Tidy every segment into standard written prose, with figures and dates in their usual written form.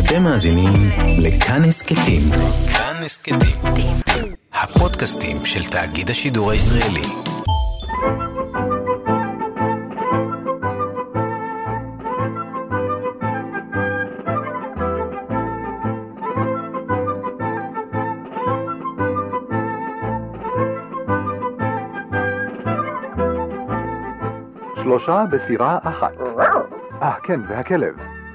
אתם מאזינים לכאן הסכתים. כאן הסכתים. הפודקאסטים של תאגיד השידור הישראלי. שלושה בסירה אחת. כן, והכלב.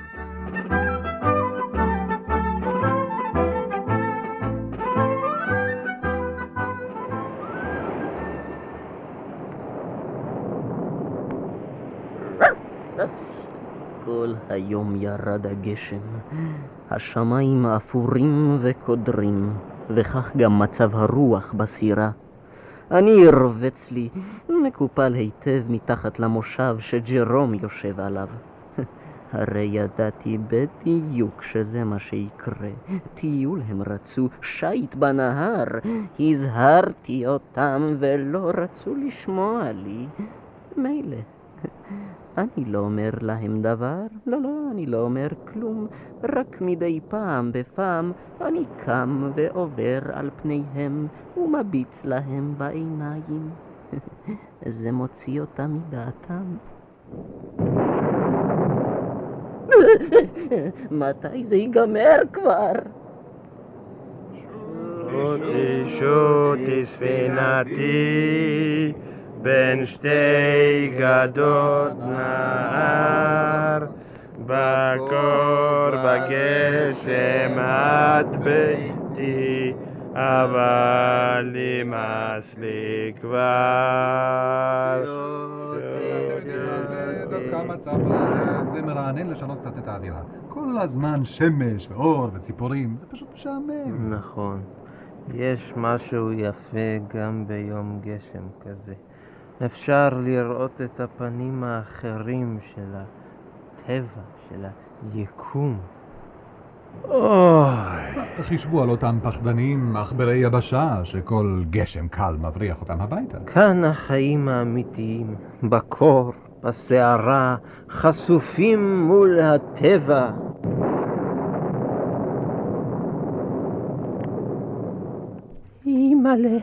כל היום ירד הגשם, השמיים אפורים וקודרים, וכך גם מצב הרוח בסירה. אני רובץ לי, מקופל היטב מתחת למושב שג'רום יושב עליו. הרי ידעתי בדיוק שזה מה שיקרה. טיול הם רצו, שייט בנהר. הזהרתי אותם ולא רצו לשמוע לי. מילא. אני לא אומר להם דבר, לא, אני לא אומר כלום. רק מדי פעם בפעם אני קם ועובר על פניהם ומביט להם בעיניים. זה מוציא אותם מדעתם. מתי זה ייגמר כבר? שוטי ספינתי בין שתי גדות נהר, בקור בגשם עד ביתי, אבל נמאס לי כבר. זה מרענן לשנות קצת את האווירה. כל הזמן שמש ואור וציפורים, זה פשוט משעמם. נכון, יש משהו יפה גם ביום גשם כזה. אפשר לראות את הפנים האחרים של הטבע, של היקום. חישבו על אותם פחדנים, מחברי יבשה, שכל גשם קל מבריח אותם הביתה. כאן החיים האמיתיים, בקור, בסערה, חשופים מול הטבע. אימא'לה.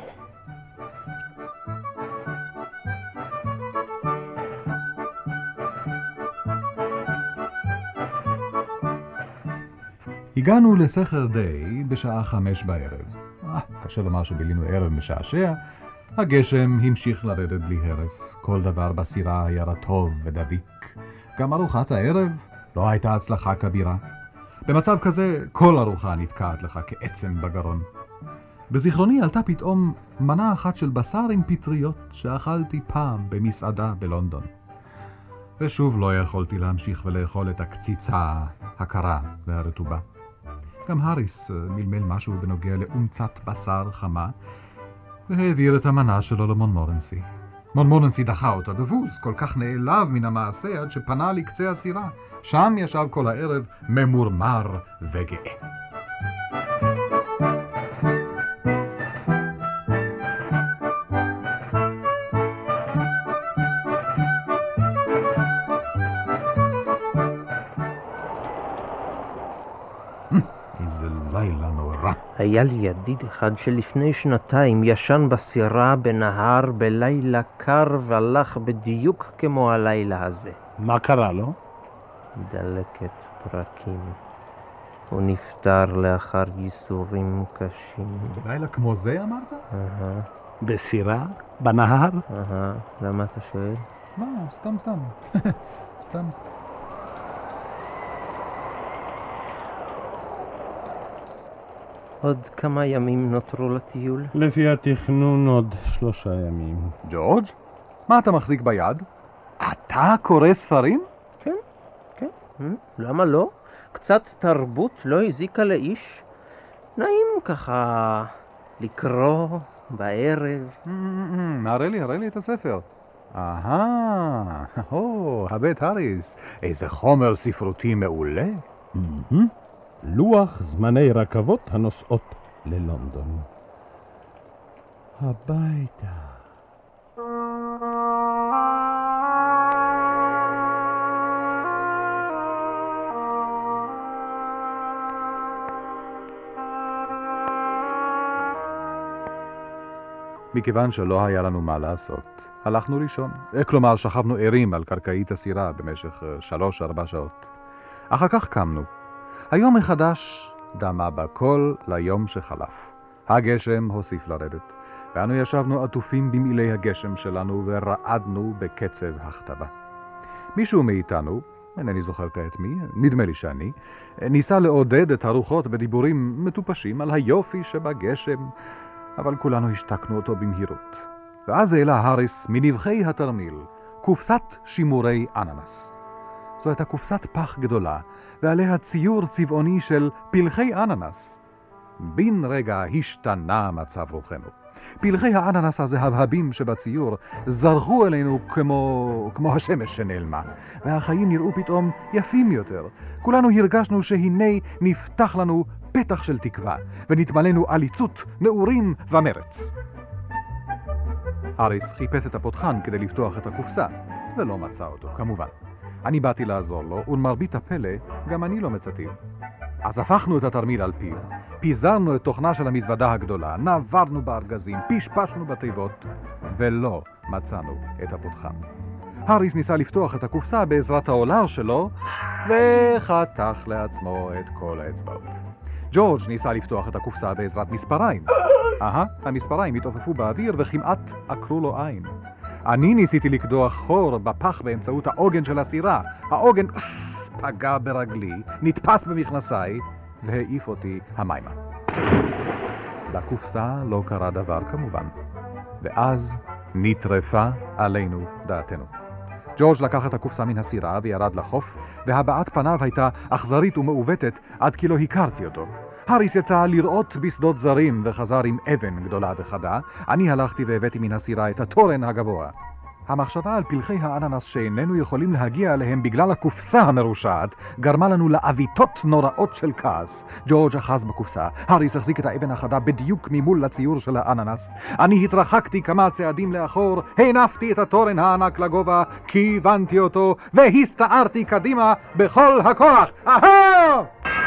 הגענו לסכר די בשעה 5 בערב. קשה לומר שבילינו ערב משעשע. הגשם המשיך לרדת בלי הרף. כל דבר בסירה היה רטוב ודביק. גם ארוחת הערב לא הייתה הצלחה כבירה. במצב כזה כל ארוחה נתקעת לך כעצם בגרון. בזיכרוני עלתה פתאום מנה אחת של בשר עם פטריות שאכלתי פעם במסעדה בלונדון. ושוב לא יכולתי להמשיך ולאכול את הקציצה הקרה והרטובה. גם האריס מלמל משהו בנוגע לאומצת בשר חמה, והעביר את המנה שלו למונמורנסי. מונמורנסי דחה אותה בבוז, כל כך נעלב מן המעשה עד שפנה לקצה הסירה. שם ישב כל הערב ממורמר וגאה. איזה לילה נורא. היה לי ידיד אחד שלפני 2 ישן בסירה בנהר בלילה קר והלך בדיוק כמו הלילה הזה. מה קרה לו? דלקת פרקים. הוא נפטר לאחר ייסורים קשים. בלילה כמו זה אמרת? בסירה? בנהר? למה אתה שואל? לא, סתם. סתם. עוד כמה ימים נותרו לטיול? לפי התכנון עוד 3 ימים. ג'ורג'? מה אתה מחזיק ביד? אתה קורא ספרים? כן. למה לא? קצת תרבות לא הזיקה לאיש. נעים ככה לקרוא בערב. הראה לי את הספר. הבית האריס. איזה חומר ספרותי מעולה. לוח זמני רכבות הנוסעות ללונדון. הביתה. מכיוון שלא היה לנו מה לעשות, הלכנו לישון. כלומר, שכבנו ערים על קרקעית הסירה במשך 3-4 שעות. אחר כך קמנו. היום מחדש דמה בכל ליום שחלף. הגשם הוסיף לרדת, ואנו ישבנו עטופים במעילי הגשם שלנו ורעדנו בקצב הכתבה. מישהו מאיתנו, אינני זוכר כעת מי, נדמה לי שאני, ניסה לעודד את הרוחות בדיבורים מטופשים על היופי שבגשם, אבל כולנו השתקנו אותו במהירות. ואז העלה האריס מנבחי התרמיל קופסת שימורי אננס. זו הייתה קופסת פח גדולה, ועליה ציור צבעוני של פלחי אננס. בן רגע השתנה מצב רוחנו. פלחי האננס הזהבהבים שבציור זרחו אלינו כמו השמש שנעלמה, והחיים נראו פתאום יפים יותר. כולנו הרגשנו שהנה נפתח לנו פתח של תקווה, ונתמלאנו עליצות, נעורים ומרץ. האריס חיפש את הפותחן כדי לפתוח את הקופסה, ולא מצא אותו, כמובן. אני באתי לעזור לו, ולמרבית הפלא, גם אני לא מצאתי. אז הפכנו את התרמיל על פיו, פיזרנו את תוכנה של המזוודה הגדולה, נברנו בארגזים, פשפשנו בתיבות, ולא מצאנו את הפותחן. האריס ניסה לפתוח את הקופסה בעזרת העולר שלו, וחתך לעצמו את כל האצבעות. ג'ורג' ניסה לפתוח את הקופסה בעזרת מספריים. המספריים התעופפו באוויר וכמעט עקרו לו עין. אני ניסיתי לקדוח חור בפח באמצעות העוגן של הסירה. העוגן פגע ברגלי, נתפס במכנסיי, והעיף אותי המימה. לקופסה לא קרה דבר כמובן, ואז נטרפה עלינו דעתנו. ג'ורג' לקח את הקופסה מן הסירה וירד לחוף, והבעת פניו הייתה אכזרית ומעוותת עד כי לא הכרתי אותו. האריס יצא לראות בשדות זרים וחזר עם אבן גדולה וחדה. אני הלכתי והבאתי מן הסירה את התורן הגבוה. המחשבה על פלחי האננס שאיננו יכולים להגיע אליהם בגלל הקופסה המרושעת גרמה לנו לעביתות נוראות של כעס. ג'ורג' אחז בקופסה, האריס החזיק את האבן החדה בדיוק ממול לציור של האננס. אני התרחקתי כמה צעדים לאחור, הנפתי את התורן הענק לגובה, כיוונתי אותו והסתערתי קדימה בכל הכוח. אהו!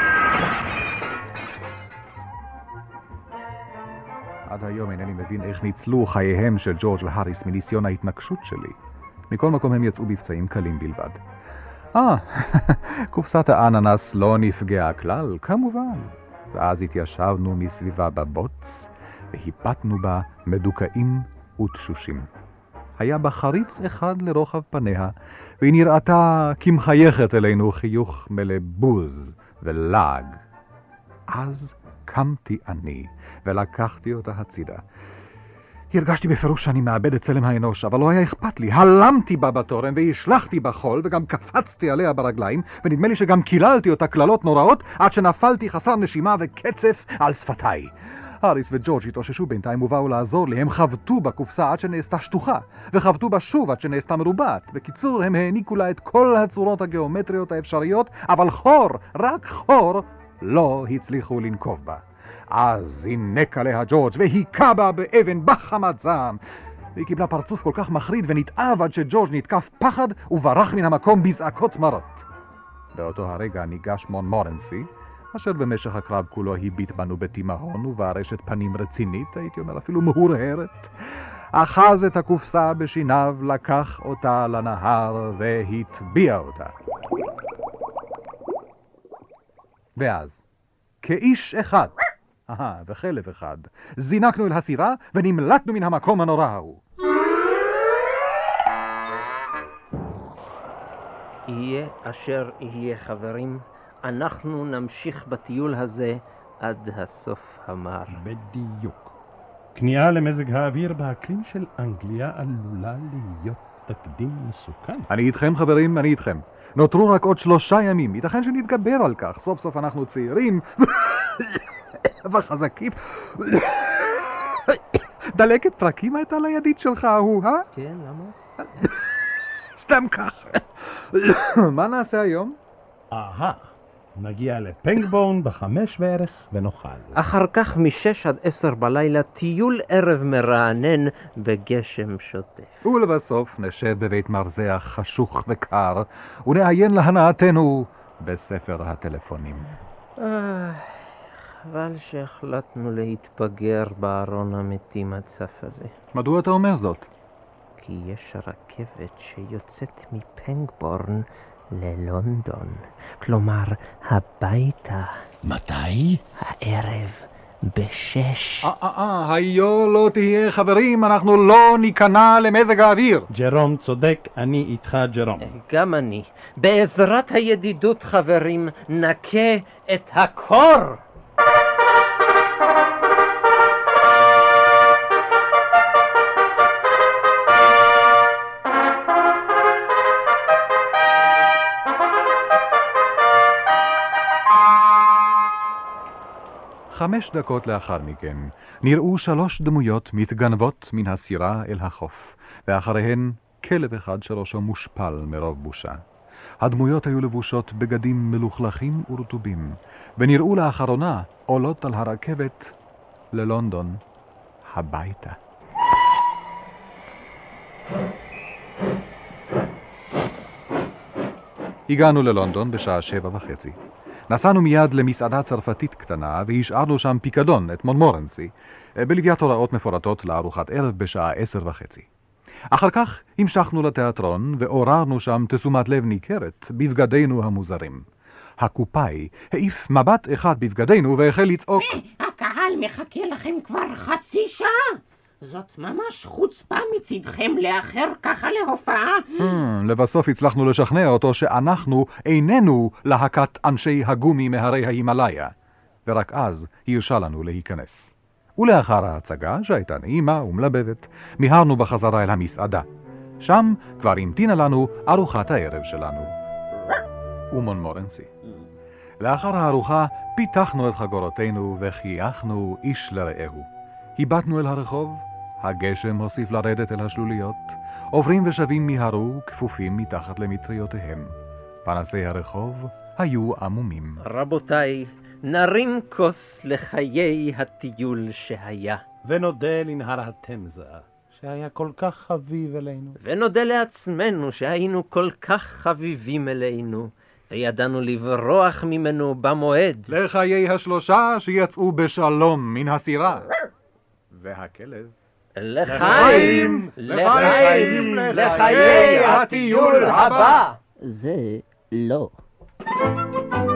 עד היום אינני מבין איך ניצלו חייהם של ג'ורג' והאריס מניסיון ההתנגשות שלי. מכל מקום הם יצאו בפצעים קלים בלבד. קופסת האננס לא נפגעה כלל, כמובן. ואז התיישבנו מסביבה בבוץ, והיפתנו בה מדוכאים ותשושים. היה בה חריץ אחד לרוחב פניה, והיא נראתה כמחייכת אלינו חיוך מלא בוז ולעג. אז קמתי אני, ולקחתי אותה הצידה. הרגשתי בפירוש שאני מאבד את צלם האנוש, אבל לא היה אכפת לי. הלמתי בה בתורן והשלחתי בחול, וגם קפצתי עליה ברגליים, ונדמה לי שגם קיללתי אותה קללות נוראות, עד שנפלתי חסר נשימה וקצף על שפתיי. האריס וג'ורג' התאוששו בינתיים ובאו לעזור לי. הם חבטו בקופסה עד שנעשתה שטוחה, וחבטו בה שוב עד שנעשתה מרובעת. בקיצור, הם העניקו לה את כל הצורות הגיאומטריות האפשריות, אבל חור, רק חור, לא הצליחו לנקוב בה. אז זינק עליה ג'ורג' והיכה בה באבן בחמת זעם. והיא קיבלה פרצוף כל כך מחריד ונתאב עד שג'ורג' נתקף פחד וברח מן המקום בזעקות מרות. באותו הרגע ניגש מונמורנסי, אשר במשך הקרב כולו הביט בנו בתימהון ובארשת פנים רצינית, הייתי אומר אפילו מהורהרת. אחז את הקופסה בשיניו, לקח אותה לנהר והטביע אותה. ואז, כאיש אחד, וחלב אחד, זינקנו אל הסירה ונמלטנו מן המקום הנורא ההוא. יהיה אשר יהיה, חברים, אנחנו נמשיך בטיול הזה עד הסוף המר. בדיוק. כניעה למזג האוויר באקלים של אנגליה עלולה להיות תקדים מסוכן. אני איתכם חברים, אני איתכם. נותרו רק עוד 3 ימים, ייתכן שנתגבר על כך. סוף סוף אנחנו צעירים וחזקים. דלקת פרקים הייתה לידית שלך ההוא, כן, למה? סתם כך. מה נעשה היום? נגיע לפנגבורן 5 בערך ונאכל. אחר כך מ-6 עד 10 בלילה טיול ערב מרענן בגשם שוטף. ולבסוף נשב בבית מרזח חשוך וקר ונעיין להנאתנו בספר הטלפונים. חבל שהחלטנו להתבגר בארון המתים הצף הזה. מדוע אתה אומר זאת? כי יש רכבת שיוצאת מפנגבורן ללונדון. כלומר, הביתה. מתי? הערב, 6:00. היו לא תהיה חברים, אנחנו לא ניכנע למזג האוויר. ג'רום צודק, אני איתך ג'רום. גם אני. בעזרת הידידות, חברים, נקה את הקור. חמש דקות לאחר מכן נראו 3 דמויות מתגנבות מן הסירה אל החוף, ואחריהן כלב אחד שראשו מושפל מרוב בושה. הדמויות היו לבושות בגדים מלוכלכים ורטובים, ונראו לאחרונה עולות על הרכבת ללונדון, הביתה. הגענו ללונדון בשעה 7:30. נסענו מיד למסעדה צרפתית קטנה והשארנו שם פיקדון את מונמורנסי, בלוויית הוראות מפורטות לארוחת ערב בשעה 10:30. אחר כך המשכנו לתיאטרון ועוררנו שם תשומת לב ניכרת בבגדינו המוזרים. הקופאי העיף מבט אחד בבגדינו והחל לצעוק, הקהל מחכה לכם כבר חצי שעה. זאת ממש חוצפה מצדכם לאחר ככה להופעה. לבסוף הצלחנו לשכנע אותו שאנחנו איננו להקת אנשי הגומי מהרי ההימאליה, ורק אז הרשה לנו להיכנס. ולאחר ההצגה, שהייתה נעימה ומלבבת, מיהרנו בחזרה אל המסעדה. שם כבר המתינה לנו ארוחת הערב שלנו. ומונמורנסי. לאחר הארוחה פיתחנו את חגורותינו וחייכנו איש לרעהו. היבטנו אל הרחוב, הגשם הוסיף לרדת אל השלוליות, עוברים ושבים מיהרו כפופים מתחת למטריותיהם. פנסי הרחוב היו עמומים. רבותיי, נרים כוס לחיי הטיול שהיה. ונודה לנהר התמזה, שהיה כל כך חביב אלינו. ונודה לעצמנו שהיינו כל כך חביבים אלינו, וידענו לברוח ממנו במועד. לחיי 3 שיצאו בשלום מן הסירה. והכלב? לחיים! לחיים! לחיי הטיול הבא! זה לא.